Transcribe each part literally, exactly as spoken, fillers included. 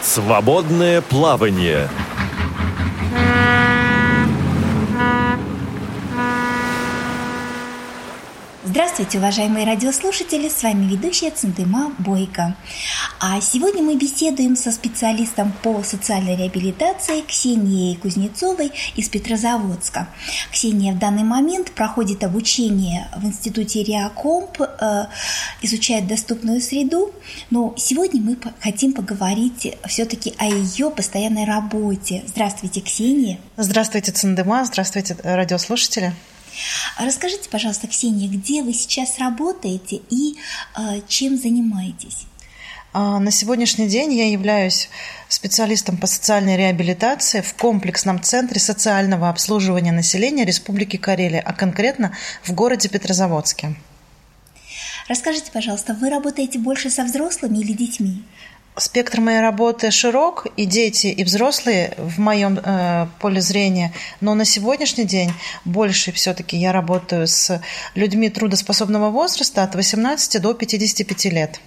Свободное плавание. Здравствуйте, уважаемые радиослушатели, с вами ведущая Центыма Бойко. А сегодня мы беседуем со специалистом по социальной реабилитации Ксенией Кузнецовой из Петрозаводска. Ксения в данный момент проходит обучение в институте РИАКомп, э, изучает доступную среду, но сегодня мы хотим поговорить все-таки о ее постоянной работе. Здравствуйте, Ксения. Здравствуйте, Центыма, здравствуйте, радиослушатели. Расскажите, пожалуйста, Ксения, где вы сейчас работаете и э, чем занимаетесь? На сегодняшний день я являюсь специалистом по социальной реабилитации в комплексном центре социального обслуживания населения Республики Карелия, а конкретно в городе Петрозаводске. Расскажите, пожалуйста, вы работаете больше со взрослыми или детьми? Спектр моей работы широк, и дети, и взрослые в моем э, поле зрения, но на сегодняшний день больше все-таки я работаю с людьми трудоспособного возраста от восемнадцати до пятидесяти пяти лет.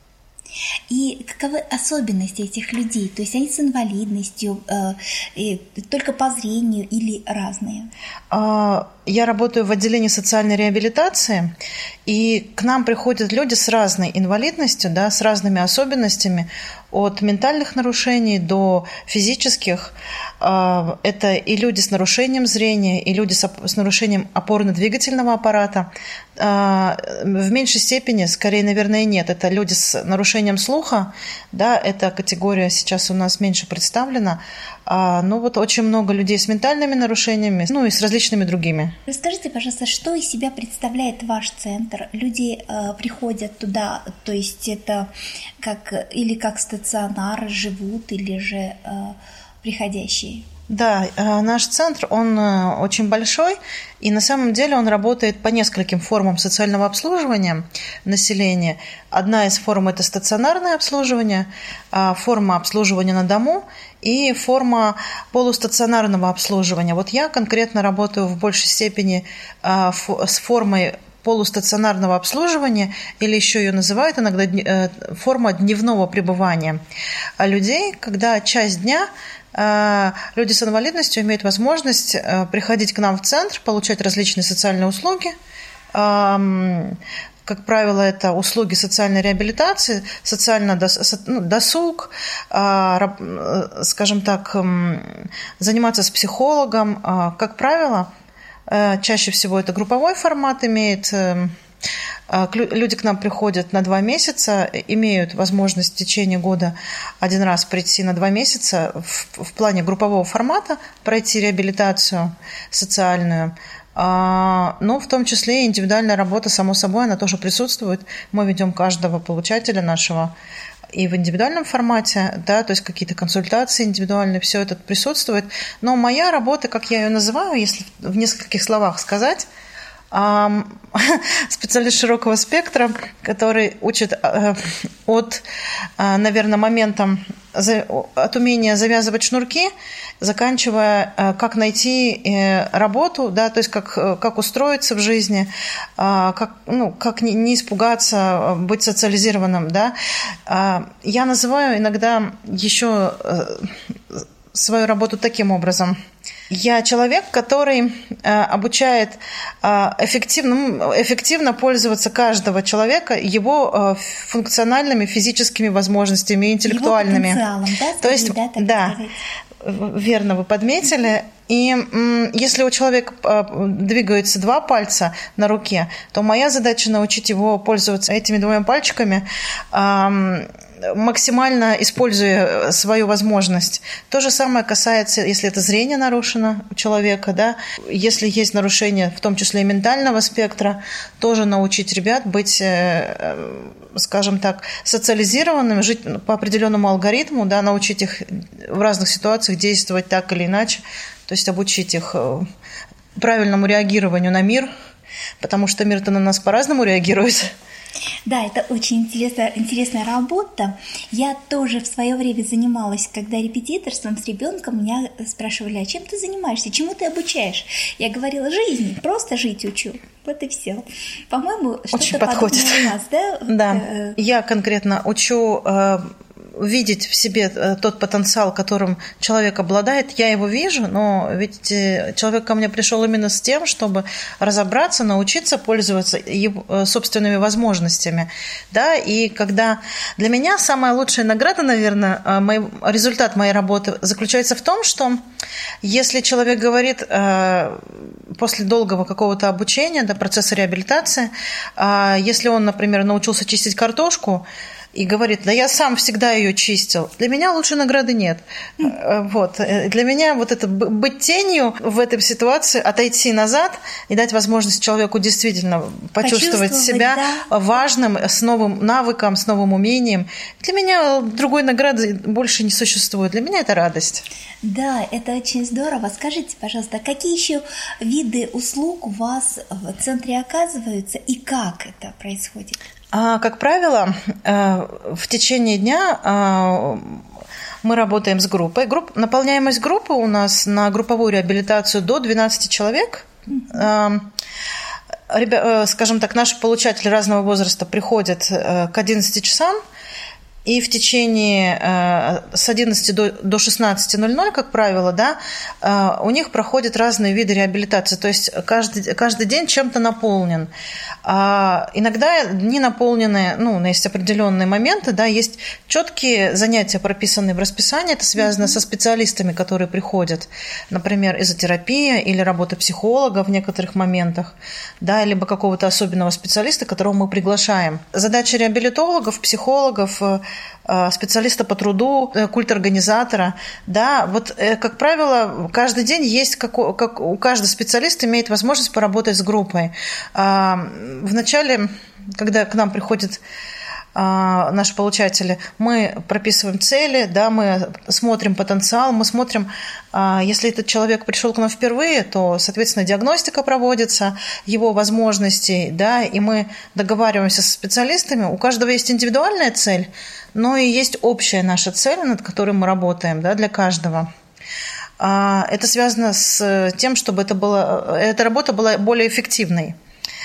И каковы особенности этих людей? То есть они с инвалидностью, э, э, только по зрению или разные? Я работаю в отделении социальной реабилитации, и к нам приходят люди с разной инвалидностью, да, с разными особенностями, от ментальных нарушений до физических. Это и люди с нарушением зрения, и люди с нарушением опорно-двигательного аппарата. В меньшей степени, скорее, наверное, нет. Это люди с нарушением слуха, да, эта категория сейчас у нас меньше представлена. Но вот очень много людей с ментальными нарушениями, ну и с различными другими. Расскажите, пожалуйста, что из себя представляет ваш центр? Люди э, приходят туда, то есть это как или как стационар живут, или же э, приходящие? Да, наш центр, он очень большой, и на самом деле он работает по нескольким формам социального обслуживания населения. Одна из форм – это стационарное обслуживание, форма обслуживания на дому и форма полустационарного обслуживания. Вот я конкретно работаю в большей степени с формой полустационарного обслуживания, или еще ее называют иногда форма дневного пребывания людей, когда часть дня люди с инвалидностью имеют возможность приходить к нам в центр, получать различные социальные услуги. Как правило, это услуги социальной реабилитации, социальный досуг, скажем так, заниматься с психологом. Как правило, чаще всего это групповой формат имеет. Люди к нам приходят на два месяца, имеют возможность в течение года один раз прийти на два месяца в, в плане группового формата, пройти реабилитацию социальную. Но в том числе и индивидуальная работа, само собой, она тоже присутствует. Мы ведем каждого получателя нашего и в индивидуальном формате, да, то есть какие-то консультации индивидуальные, все это присутствует. Но моя работа, как я ее называю, если в нескольких словах сказать, специалист широкого спектра, который учит от, наверное, момента, от умения завязывать шнурки, заканчивая, как найти работу, да, то есть как, как устроиться в жизни, как, ну, как не, не испугаться, быть социализированным. Да. Я называю иногда еще свою работу таким образом. Я человек, который обучает эффективно, эффективно пользоваться каждого человека его функциональными физическими возможностями, интеллектуальными. Его потенциалом, да? То есть, да, да, верно вы подметили. И если у человека двигаются два пальца на руке, то моя задача научить его пользоваться этими двумя пальчиками, максимально используя свою возможность. То же самое касается, если это зрение нарушено у человека, да, если есть нарушение, в том числе и ментального спектра, тоже научить ребят быть, скажем так, социализированными, жить по определенному алгоритму, да, научить их в разных ситуациях действовать так или иначе, то есть обучить их правильному реагированию на мир, потому что мир-то на нас по-разному реагирует. Да, это очень интересная, интересная работа. Я тоже в свое время занималась, когда репетиторством с ребенком, меня спрашивали, а чем ты занимаешься, чему ты обучаешь? Я говорила, жизнь, просто жить учу. Вот и все. По-моему, что-то очень подходит. У нас, да? Да. Я конкретно учу видеть в себе тот потенциал, которым человек обладает. Я его вижу, но ведь человек ко мне пришел именно с тем, чтобы разобраться, научиться пользоваться его собственными возможностями. Да? И когда для меня самая лучшая награда, наверное, мой, результат моей работы заключается в том, что если человек говорит после долгого какого-то обучения, да, процесса реабилитации, если он, например, научился чистить картошку, и говорит, да я сам всегда ее чистил. Для меня лучшей награды нет. Вот. Для меня вот это быть тенью в этой ситуации, отойти назад и дать возможность человеку действительно почувствовать, почувствовать себя да. важным, с новым навыком, с новым умением. Для меня другой награды больше не существует. Для меня это радость. Да, это очень здорово. Скажите, пожалуйста, какие еще виды услуг у вас в центре оказываются и как это происходит? Как правило, в течение дня мы работаем с группой. Групп, наполняемость группы у нас на групповую реабилитацию до двенадцати человек. Mm-hmm. Ребя, скажем так, наши получатели разного возраста приходят к одиннадцати часам. И в течение э, с одиннадцати до шестнадцати ноль-ноль, как правило, да, э, у них проходят разные виды реабилитации. То есть каждый, каждый день чем-то наполнен. А иногда дни наполнены, ну, есть определенные моменты, да, есть четкие занятия, прописанные в расписании. Это связано со специалистами, которые приходят. Например, изотерапия или работа психолога в некоторых моментах, да, либо какого-то особенного специалиста, которого мы приглашаем. Задача реабилитологов, психологов, специалиста по труду, культорганизатора, да, вот, как правило, каждый день есть, как у, как у каждого специалиста имеет возможность поработать с группой. Вначале, когда к нам приходят наши получатели, мы прописываем цели, да, мы смотрим потенциал, мы смотрим, если этот человек пришел к нам впервые, то, соответственно, диагностика проводится, его возможностей, да, и мы договариваемся со специалистами. У каждого есть индивидуальная цель, но и есть общая наша цель, над которой мы работаем, да, для каждого. Это связано с тем, чтобы это было, эта работа была более эффективной.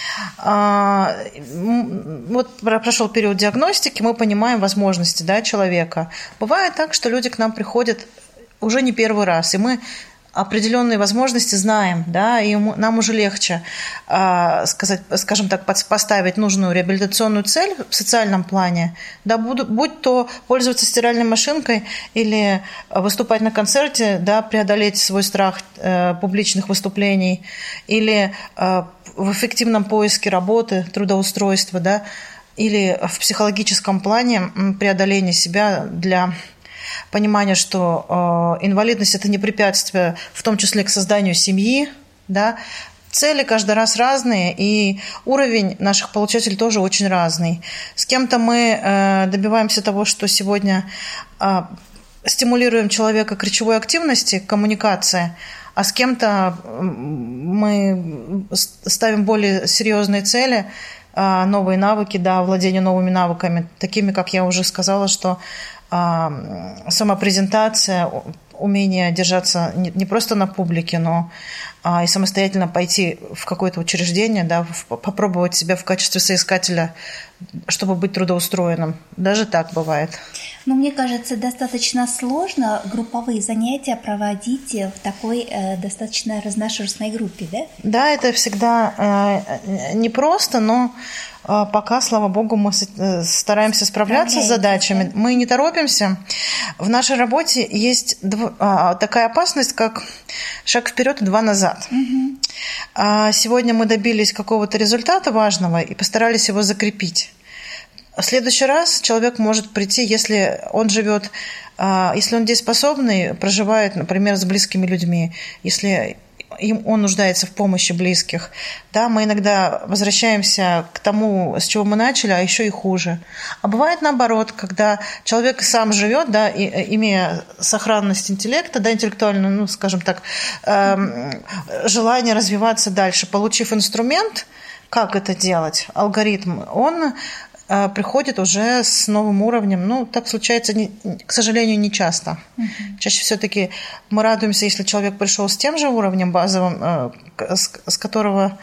Вот прошел период диагностики, мы понимаем возможности, да, человека. Бывает так, что люди к нам приходят уже не первый раз, и мы определенные возможности знаем, да, и нам уже легче, сказать, скажем так, поставить нужную реабилитационную цель в социальном плане, да, будь то пользоваться стиральной машинкой или выступать на концерте, да, преодолеть свой страх публичных выступлений, или в эффективном поиске работы, трудоустройства, да, или в психологическом плане преодоления себя для понимания, что э, инвалидность – это не препятствие, в том числе к созданию семьи, да. Цели каждый раз разные, и уровень наших получателей тоже очень разный. С кем-то мы э, добиваемся того, что сегодня э, стимулируем человека к речевой активности, к коммуникации, а с кем-то мы ставим более серьезные цели, новые навыки, да, владение новыми навыками, такими, как я уже сказала, что самопрезентация, умение держаться не просто на публике, но и самостоятельно пойти в какое-то учреждение, да, попробовать себя в качестве соискателя, чтобы быть трудоустроенным. Даже так бывает. Но мне кажется, достаточно сложно групповые занятия проводить в такой э, достаточно разношерстной группе, да? Да, это всегда э, непросто, но э, пока, слава богу, мы стараемся справляться с задачами. Да? Мы не торопимся. В нашей работе есть дв... а, такая опасность, как шаг вперед и два назад. Угу. А сегодня мы добились какого-то результата важного и постарались его закрепить. В следующий раз человек может прийти, если он живет, если он дееспособный, проживает, например, с близкими людьми, если он нуждается в помощи близких. Да, мы иногда возвращаемся к тому, с чего мы начали, а еще и хуже. А бывает наоборот, когда человек сам живет, да, и, имея сохранность интеллекта, да, интеллектуальную, ну, скажем так, э, желание развиваться дальше, получив инструмент, как это делать, алгоритм, он приходит уже с новым уровнем. Ну, так случается, не, к сожалению, не часто. Uh-huh. Чаще все-таки мы радуемся, если человек пришел с тем же уровнем базовым, с, с которого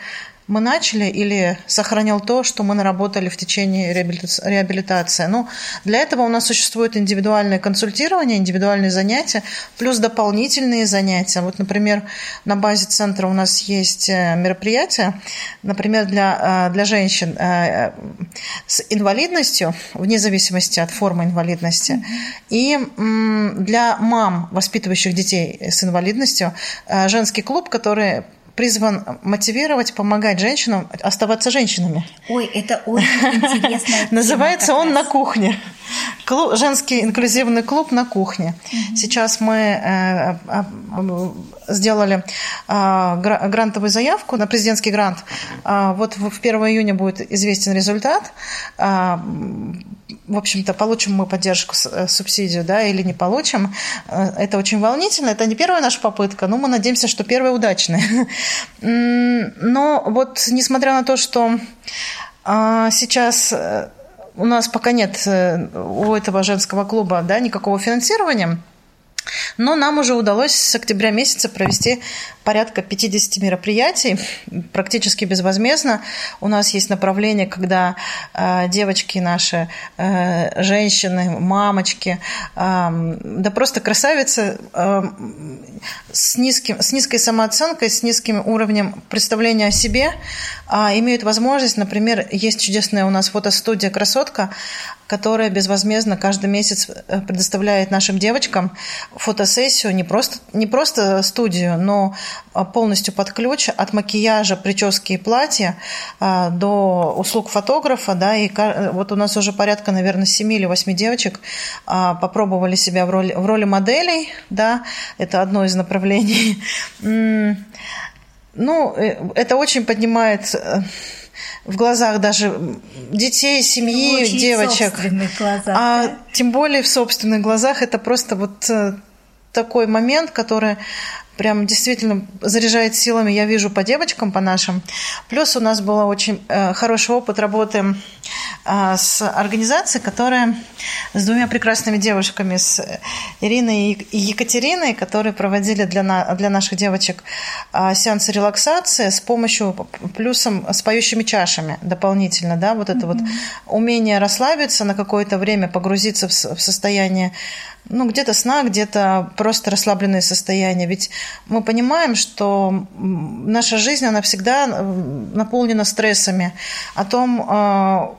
мы начали, или сохранил то, что мы наработали в течение реабилитации. Ну, для этого у нас существует индивидуальное консультирование, индивидуальные занятия, плюс дополнительные занятия. Вот, например, на базе центра у нас есть мероприятия, например, для, для женщин с инвалидностью, вне зависимости от формы инвалидности, и для мам, воспитывающих детей с инвалидностью, женский клуб, который призван мотивировать, помогать женщинам оставаться женщинами. Ой, это очень интересно. Называется он «На кухне». Клуб, женский инклюзивный клуб «На кухне». Mm-hmm. Сейчас мы э, э, сделали э, грантовую заявку на президентский грант. Э, вот в первого июня будет известен результат. Э, в общем-то, получим мы поддержку, субсидию, да, или не получим. Это очень волнительно. Это не первая наша попытка, но мы надеемся, что первая удачная. Но вот несмотря на то, что сейчас у нас пока нет у этого женского клуба, да, никакого финансирования, но нам уже удалось с октября месяца провести порядка пятьдесят мероприятий, практически безвозмездно. У нас есть направление, когда э, девочки наши, э, женщины, мамочки, э, да просто красавицы э, с, низким, с низкой самооценкой, с низким уровнем представления о себе э, имеют возможность, например, есть чудесная у нас фотостудия «Красотка», которая безвозмездно каждый месяц предоставляет нашим девочкам фотосессию, не просто, не просто студию, но полностью под ключ, от макияжа, прически и платья до услуг фотографа. Да, и вот у нас уже порядка, наверное, семь или восемь девочек попробовали себя в роли, в роли моделей. Да, это одно из направлений. Ну, это очень поднимает в глазах даже детей, семьи, очень девочек. В собственных глазах, а да? Тем более в собственных глазах это просто вот такой момент, который прям действительно заряжает силами, я вижу по девочкам, по нашим. Плюс у нас был очень э, хороший опыт работы э, с организацией, которая с двумя прекрасными девушками, с Ириной и Екатериной, которые проводили для, на, для наших девочек э, сеансы релаксации с помощью, плюсом с поющими чашами дополнительно. Да, вот это mm-hmm. вот умение расслабиться на какое-то время, погрузиться в, в состояние, ну, где-то сна, где-то просто расслабленное состояние. Ведь мы понимаем, что наша жизнь, она всегда наполнена стрессами. О том,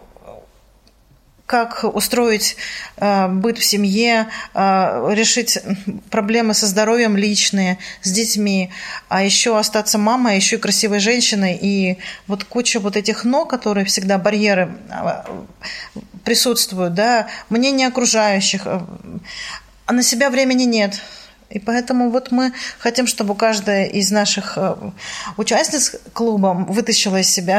как устроить быт в семье, решить проблемы со здоровьем личные, с детьми, а еще остаться мамой, а еще и красивой женщиной. И вот куча вот этих «но», которые всегда барьеры присутствуют, да, мнение окружающих, а на себя времени нет. И поэтому вот мы хотим, чтобы каждая из наших участниц клуба вытащила из себя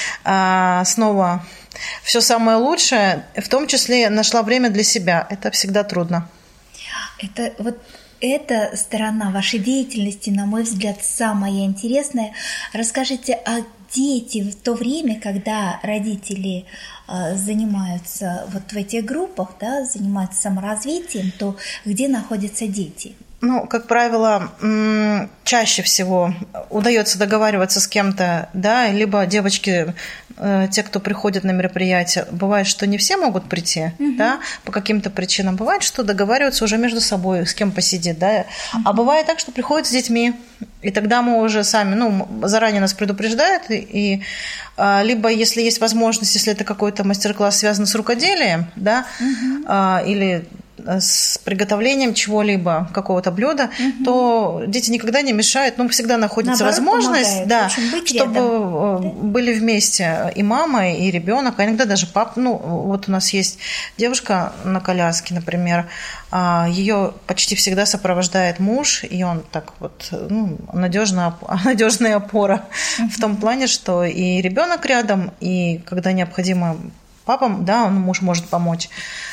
снова все самое лучшее, в том числе нашла время для себя. Это всегда трудно. Это вот эта сторона вашей деятельности, на мой взгляд, самая интересная. Расскажите, а дети в то время, когда родители э, занимаются вот в этих группах, да, занимаются саморазвитием, то где находятся дети? Ну, как правило, чаще всего удается договариваться с кем-то, да, либо девочки, те, кто приходят на мероприятие, бывает, что не все могут прийти, угу. да, по каким-то причинам. Бывает, что договариваются уже между собой, с кем посидеть, да, угу. а бывает так, что приходят с детьми, и тогда мы уже сами, ну, заранее нас предупреждают, и, и либо, если есть возможность, если это какой-то мастер-класс связан с рукоделием, да, угу. или с приготовлением чего-либо, какого-то блюда, угу. то дети никогда не мешают, ну, всегда находится Наоборот, возможность, да, чтобы рядом. Были вместе и мама, и ребенок, а иногда даже папа. Ну, вот у нас есть девушка на коляске, например, ее почти всегда сопровождает муж, и он так вот, ну, надежная, надежная опора угу. в том плане, что и ребенок рядом, и когда необходимо папам, да, он, муж может помочь.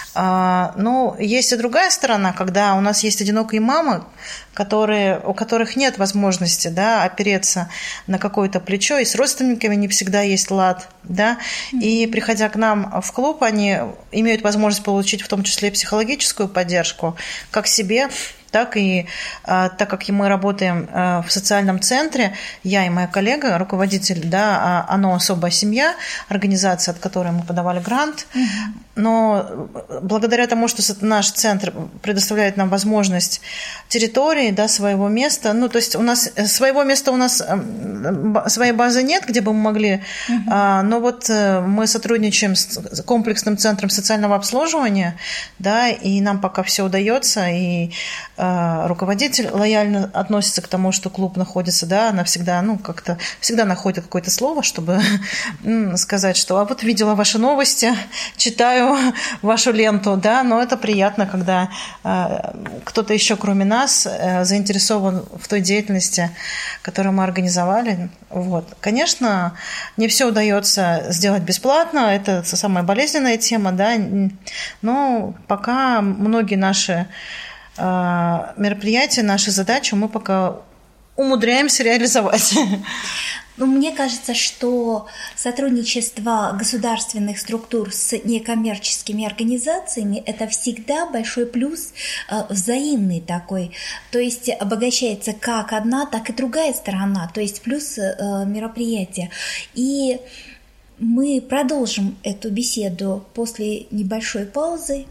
Но есть и другая сторона, когда у нас есть одинокие мамы, которые, у которых нет возможности, да, опереться на какое-то плечо, и с родственниками не всегда есть лад, да, и приходя к нам в клуб, они имеют возможность получить в том числе и психологическую поддержку как себе, так и так как мы работаем в социальном центре, я и моя коллега, руководитель, да, «Оно особая семья», организация, от которой мы подавали грант, угу. Но благодаря тому, что наш центр предоставляет нам возможность территории, да, своего места, ну, то есть у нас своего места у нас своей базы нет, где бы мы могли, uh-huh. но вот мы сотрудничаем с комплексным центром социального обслуживания, да, и нам пока все удается, и руководитель лояльно относится к тому, что клуб находится, да, она всегда, ну, как-то всегда находит какое-то слово, чтобы сказать, что а вот видела ваши новости, читаю вашу ленту, да, но это приятно, когда э, кто-то еще, кроме нас, э, заинтересован в той деятельности, которую мы организовали. Вот. Конечно, не все удается сделать бесплатно, это самая болезненная тема, да, но пока многие наши э, мероприятия, наши задачи мы пока умудряемся реализовать. Ну, мне кажется, что сотрудничество государственных структур с некоммерческими организациями – это всегда большой плюс, взаимный такой. То есть обогащается как одна, так и другая сторона, то есть плюс мероприятия. И мы продолжим эту беседу после небольшой паузы.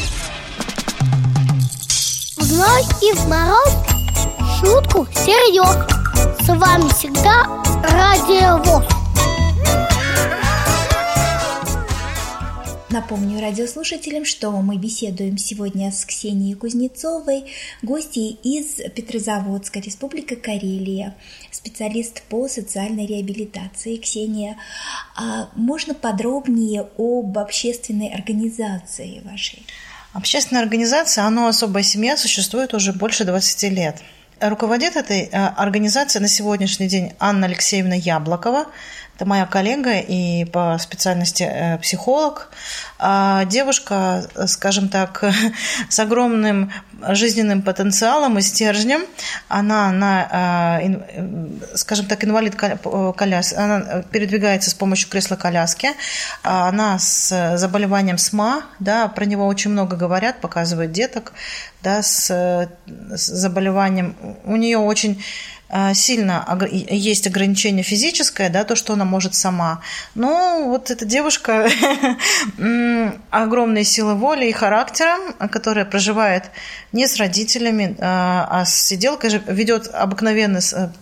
В ночь и в мороз шутку серьез. С вами всегда Радио ВОС. Напомню радиослушателям, что мы беседуем сегодня с Ксенией Кузнецовой, гостьей из Петрозаводска, Республика Карелия, специалист по социальной реабилитации. Ксения, а можно подробнее об общественной организации вашей? Общественная организация «Оно особая семья» существует уже больше двадцати лет. Руководит этой организацией на сегодняшний день Анна Алексеевна Яблокова. Это моя коллега и по специальности психолог. Девушка, скажем так, с огромным жизненным потенциалом и стержнем. Она, на, скажем так, инвалид-коляс, она передвигается с помощью кресла-коляски. Она с заболеванием СМА, да, про него очень много говорят, показывают деток, да, с, с заболеванием. У нее очень сильно есть ограничение физическое, да, то, что она может сама. Но вот эта девушка огромные силы воли и характера, которая проживает не с родителями, а с сиделкой, ведет обыкновенный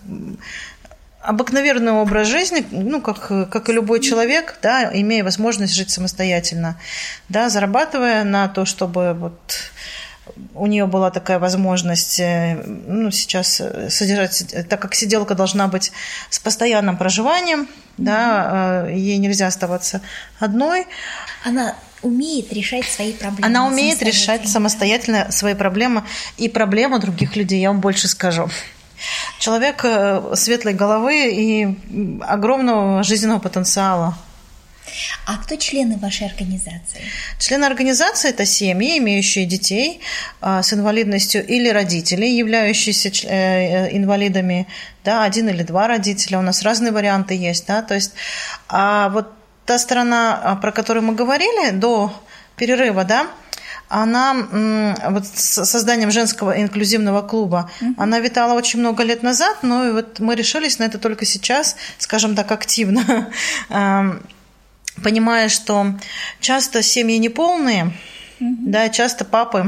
обыкновенный образ жизни, ну, как, как и любой человек, да, имея возможность жить самостоятельно, да, зарабатывая на то, чтобы вот у нее была такая возможность, ну, сейчас содержать, так как сиделка должна быть с постоянным проживанием, да, ей нельзя оставаться одной. Она умеет решать свои проблемы. Она умеет решать самостоятельно свои проблемы и проблемы других людей, я вам больше скажу. Человек светлой головы и огромного жизненного потенциала. А кто члены вашей организации? Члены организации – это семьи, имеющие детей с инвалидностью, или родители, являющиеся инвалидами, да, один или два родителя. У нас разные варианты есть, да, то есть, а вот та сторона, про которую мы говорили до перерыва, да, она вот с созданием женского инклюзивного клуба, mm-hmm. она витала очень много лет назад, но вот мы решились на это только сейчас, скажем так, активно. Понимая, что часто семьи неполные, mm-hmm. да, часто папы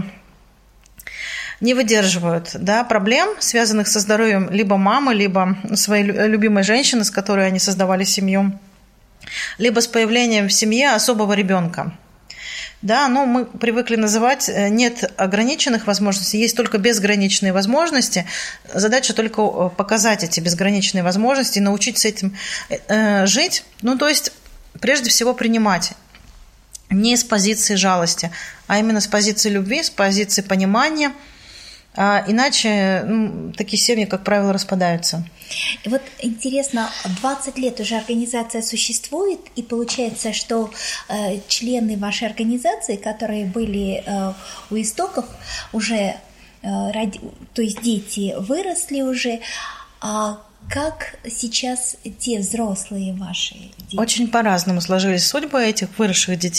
не выдерживают, да, проблем, связанных со здоровьем либо мамы, либо своей любимой женщины, с которой они создавали семью, либо с появлением в семье особого ребенка. Да, но мы привыкли называть, нет ограниченных возможностей, есть только безграничные возможности. Задача только показать эти безграничные возможности, научить с этим э, жить. Ну, то есть, прежде всего, принимать. Не с позиции жалости, а именно с позиции любви, с позиции понимания. А иначе, ну, такие семьи, как правило, распадаются. И вот интересно, двадцать лет уже организация существует, и получается, что э, члены вашей организации, которые были э, у истоков, уже, э, ради, то есть дети выросли уже, а как сейчас те взрослые ваши дети? Очень по-разному сложились судьбы этих выросших детей.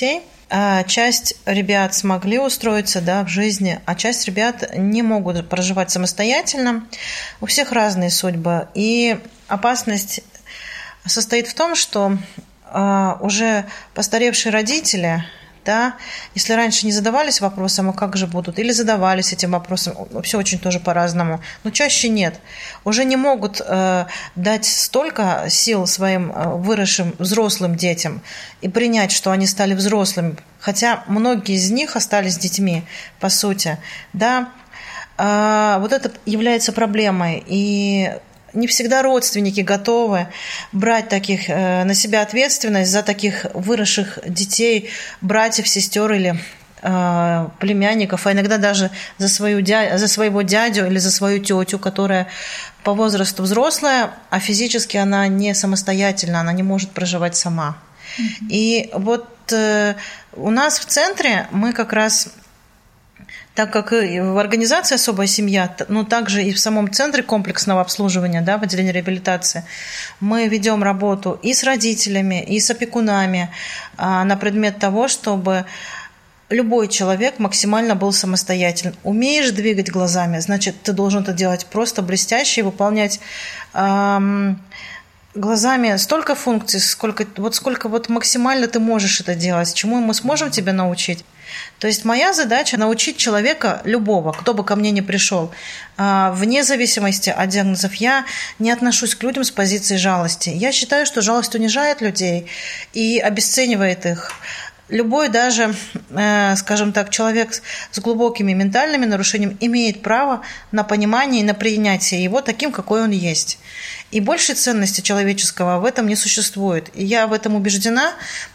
часть ребят смогли устроиться, да, в жизни, а часть ребят не могут проживать самостоятельно. У всех разные судьбы. И опасность состоит в том, что уже постаревшие родители, да, если раньше не задавались вопросом, а как же будут, или задавались этим вопросом, все очень тоже по-разному, но чаще нет, уже не могут э, дать столько сил своим э, выросшим взрослым детям и принять, что они стали взрослыми, хотя многие из них остались детьми, по сути, да, э, вот это является проблемой, и не всегда родственники готовы брать таких, э, на себя ответственность за таких выросших детей, братьев, сестер или э, племянников, а иногда даже за, свою дя... за своего дядю или за свою тетю, которая по возрасту взрослая, а физически она не самостоятельна, она не может проживать сама. Mm-hmm. И вот э, у нас в центре мы как раз... Так как и в организации «Особая семья», но также и в самом центре комплексного обслуживания, да, в отделении реабилитации, мы ведем работу и с родителями, и с опекунами а, на предмет того, чтобы любой человек максимально был самостоятельным. Умеешь двигать глазами, значит, ты должен это делать просто блестяще и выполнять эм, глазами столько функций, сколько, вот сколько вот максимально ты можешь это делать, чему мы сможем тебя научить. То есть моя задача научить человека, любого, кто бы ко мне ни пришел, вне зависимости от диагнозов. Я не отношусь к людям с позиции жалости. Я считаю, что жалость унижает людей и обесценивает их. Любой даже, скажем так, человек с глубокими ментальными нарушениями имеет право на понимание и на принятие его таким, какой он есть. И большей ценности человеческого в этом не существует. И я в этом убеждена.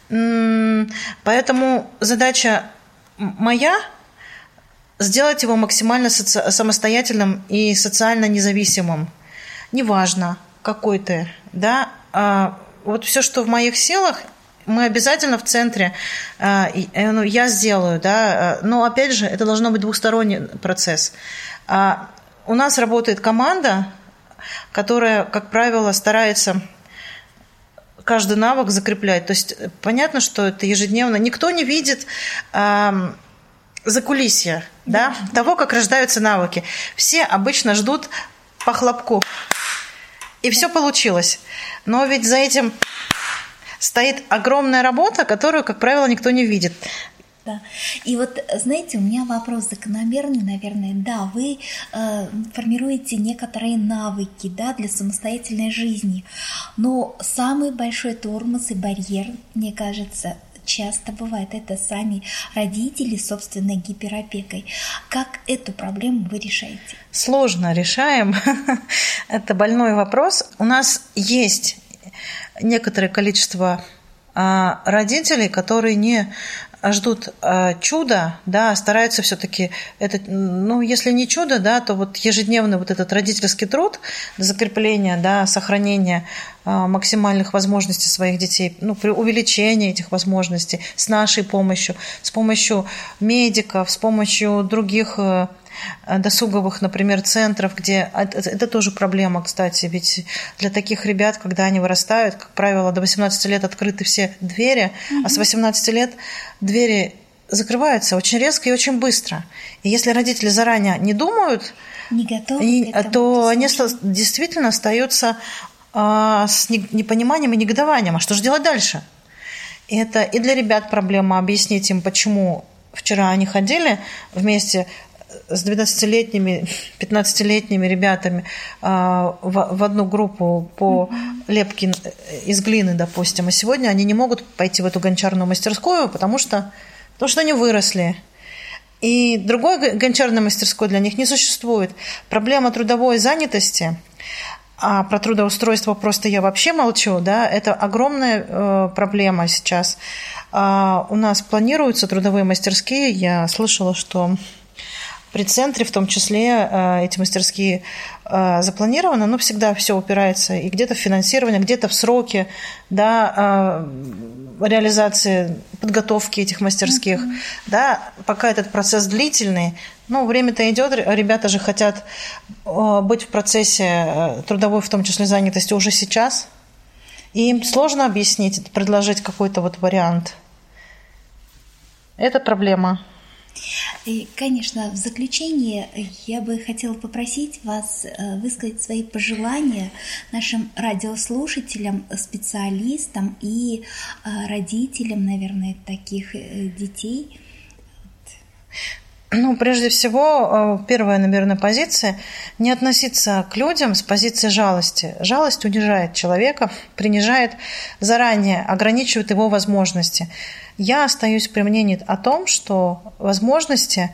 Поэтому задача моя – сделать его максимально соци- самостоятельным и социально независимым. Неважно, какой ты. Да? А вот все, что в моих силах, мы обязательно в центре, ну, я сделаю, да, но опять же, это должно быть двухсторонний процесс. У нас работает команда, которая, как правило, старается каждый навык закреплять. То есть понятно, что это ежедневно. Никто не видит закулисья, да, того, как рождаются навыки. Все обычно ждут по хлопку. И все получилось. Но ведь за этим стоит огромная работа, которую, как правило, никто не видит. Да. И вот, знаете, у меня вопрос закономерный, наверное. Да, вы э, формируете некоторые навыки, да, для самостоятельной жизни, но самый большой тормоз и барьер, мне кажется, часто бывает, это сами родители с собственной гиперопекой. Как эту проблему вы решаете? Сложно решаем. Это больной вопрос. У нас есть некоторое количество родителей, которые не ждут чуда, да, стараются все-таки, это, ну, если не чудо, да, то вот ежедневный вот этот родительский труд, закрепление, да, сохранение максимальных возможностей своих детей, ну, при увеличении этих возможностей с нашей помощью, с помощью медиков, с помощью других досуговых, например, центров, где это тоже проблема, кстати, ведь для таких ребят, когда они вырастают, как правило, до восемнадцати лет открыты все двери, mm-hmm. а с восемнадцати лет двери закрываются очень резко и очень быстро. И если родители заранее не думают, не готовы, то они действительно остаются с непониманием и негодованием. А что же делать дальше? И это и для ребят проблема объяснить им, почему вчера они ходили вместе с двенадцатилетними, пятнадцатилетними ребятами в, в одну группу по лепке из глины, допустим, а сегодня они не могут пойти в эту гончарную мастерскую, потому что, потому что они выросли. И другой гончарной мастерской для них не существует. Проблема трудовой занятости, а про трудоустройство просто я вообще молчу, да, это огромная э, проблема сейчас. А у нас планируются трудовые мастерские, я слышала, что при центре, в том числе, эти мастерские запланированы, но всегда все упирается и где-то в финансирование, где-то в сроки, да, реализации, подготовки этих мастерских. Mm-hmm. Да, пока этот процесс длительный, но время-то идет, ребята же хотят быть в процессе трудовой, в том числе занятости, уже сейчас. И им сложно объяснить, предложить какой-то вот вариант. Это проблема. И, конечно, в заключение я бы хотела попросить вас высказать свои пожелания нашим радиослушателям, специалистам и родителям, наверное, таких детей. Ну, прежде всего, первая, наверное, позиция – не относиться к людям с позиции жалости. Жалость унижает человека, принижает заранее, ограничивает его возможности. Я остаюсь при мнении о том, что возможности…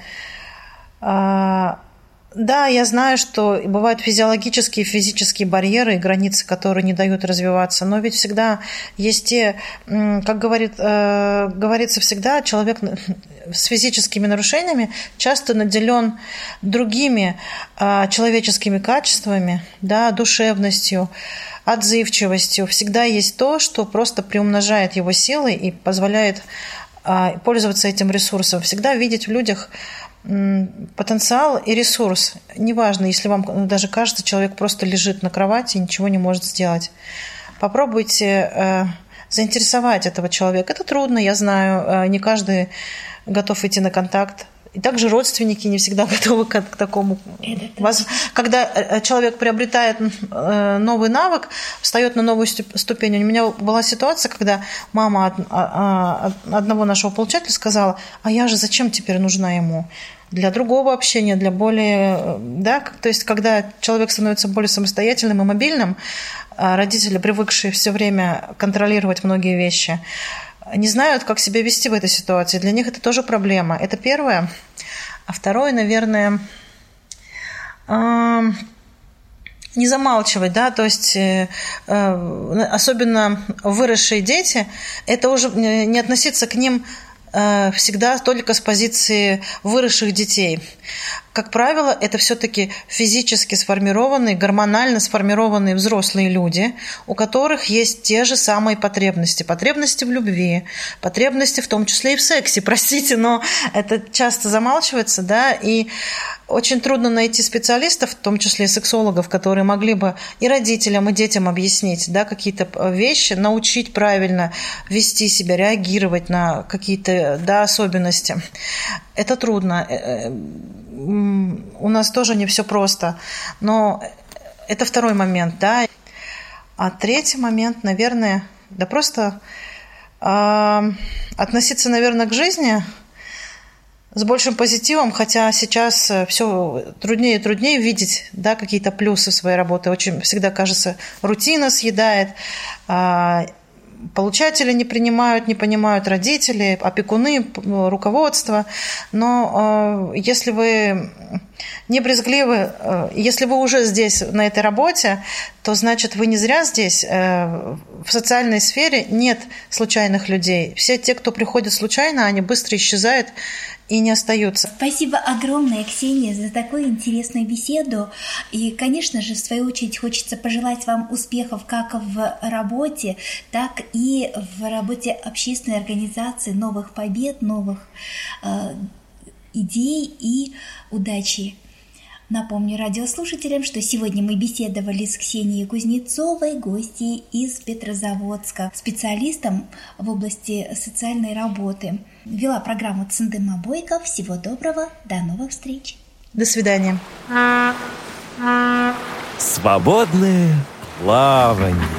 Да, я знаю, что бывают физиологические и физические барьеры и границы, которые не дают развиваться, но ведь всегда есть те, как говорит, э, говорится всегда, человек с физическими нарушениями часто наделен другими э, человеческими качествами, да, душевностью, отзывчивостью. Всегда есть то, что просто приумножает его силы и позволяет э, пользоваться этим ресурсом. Всегда видеть в людях потенциал и ресурс. Неважно, если вам даже кажется, человек просто лежит на кровати и ничего не может сделать. Попробуйте э, заинтересовать этого человека. Это трудно, я знаю, э, не каждый готов идти на контакт. И также родственники не всегда готовы к, к такому. Когда человек приобретает новый навык, встает на новую ступень. У меня была ситуация, когда мама одного нашего получателя сказала: а я же зачем теперь нужна ему? Для другого общения, для более… Да, то есть, когда человек становится более самостоятельным и мобильным, родители, привыкшие все время контролировать многие вещи, не знают, как себя вести в этой ситуации. Для них это тоже проблема. Это первое. А второе, наверное, не замалчивать, да, то есть особенно выросшие дети, это уже не относиться к ним всегда только с позиции выросших детей. Как правило, это все-таки физически сформированные, гормонально сформированные взрослые люди, у которых есть те же самые потребности. Потребности в любви, потребности в том числе и в сексе. Простите, но это часто замалчивается, да, и очень трудно найти специалистов, в том числе и сексологов, которые могли бы и родителям, и детям объяснить, да, какие-то вещи, научить правильно вести себя, реагировать на какие-то, да, особенности. Это трудно. У нас тоже не все просто. Но это второй момент, да. А третий момент, наверное, да просто э, относиться, наверное, к жизни с большим позитивом, хотя сейчас все труднее и труднее видеть, да, какие-то плюсы в своей работе. Очень всегда кажется, рутина съедает, э, получатели не принимают, не понимают родители, опекуны, руководство. Но э, если вы не брезгливы, э, если вы уже здесь, на этой работе, то значит, вы не зря здесь. Э, в социальной сфере нет случайных людей. Все те, кто приходит случайно, они быстро исчезают и не остаются. Спасибо огромное, Ксения, за такую интересную беседу. И, конечно же, в свою очередь хочется пожелать вам успехов как в работе, так и в работе общественной организации, новых побед, новых э, идей и удачи. Напомню радиослушателям, что сегодня мы беседовали с Ксенией Кузнецовой, гостьей из Петрозаводска, специалистом в области социальной работы. Вела программу Цындыма Бойко. Всего доброго, до новых встреч. До свидания. Свободное плавание.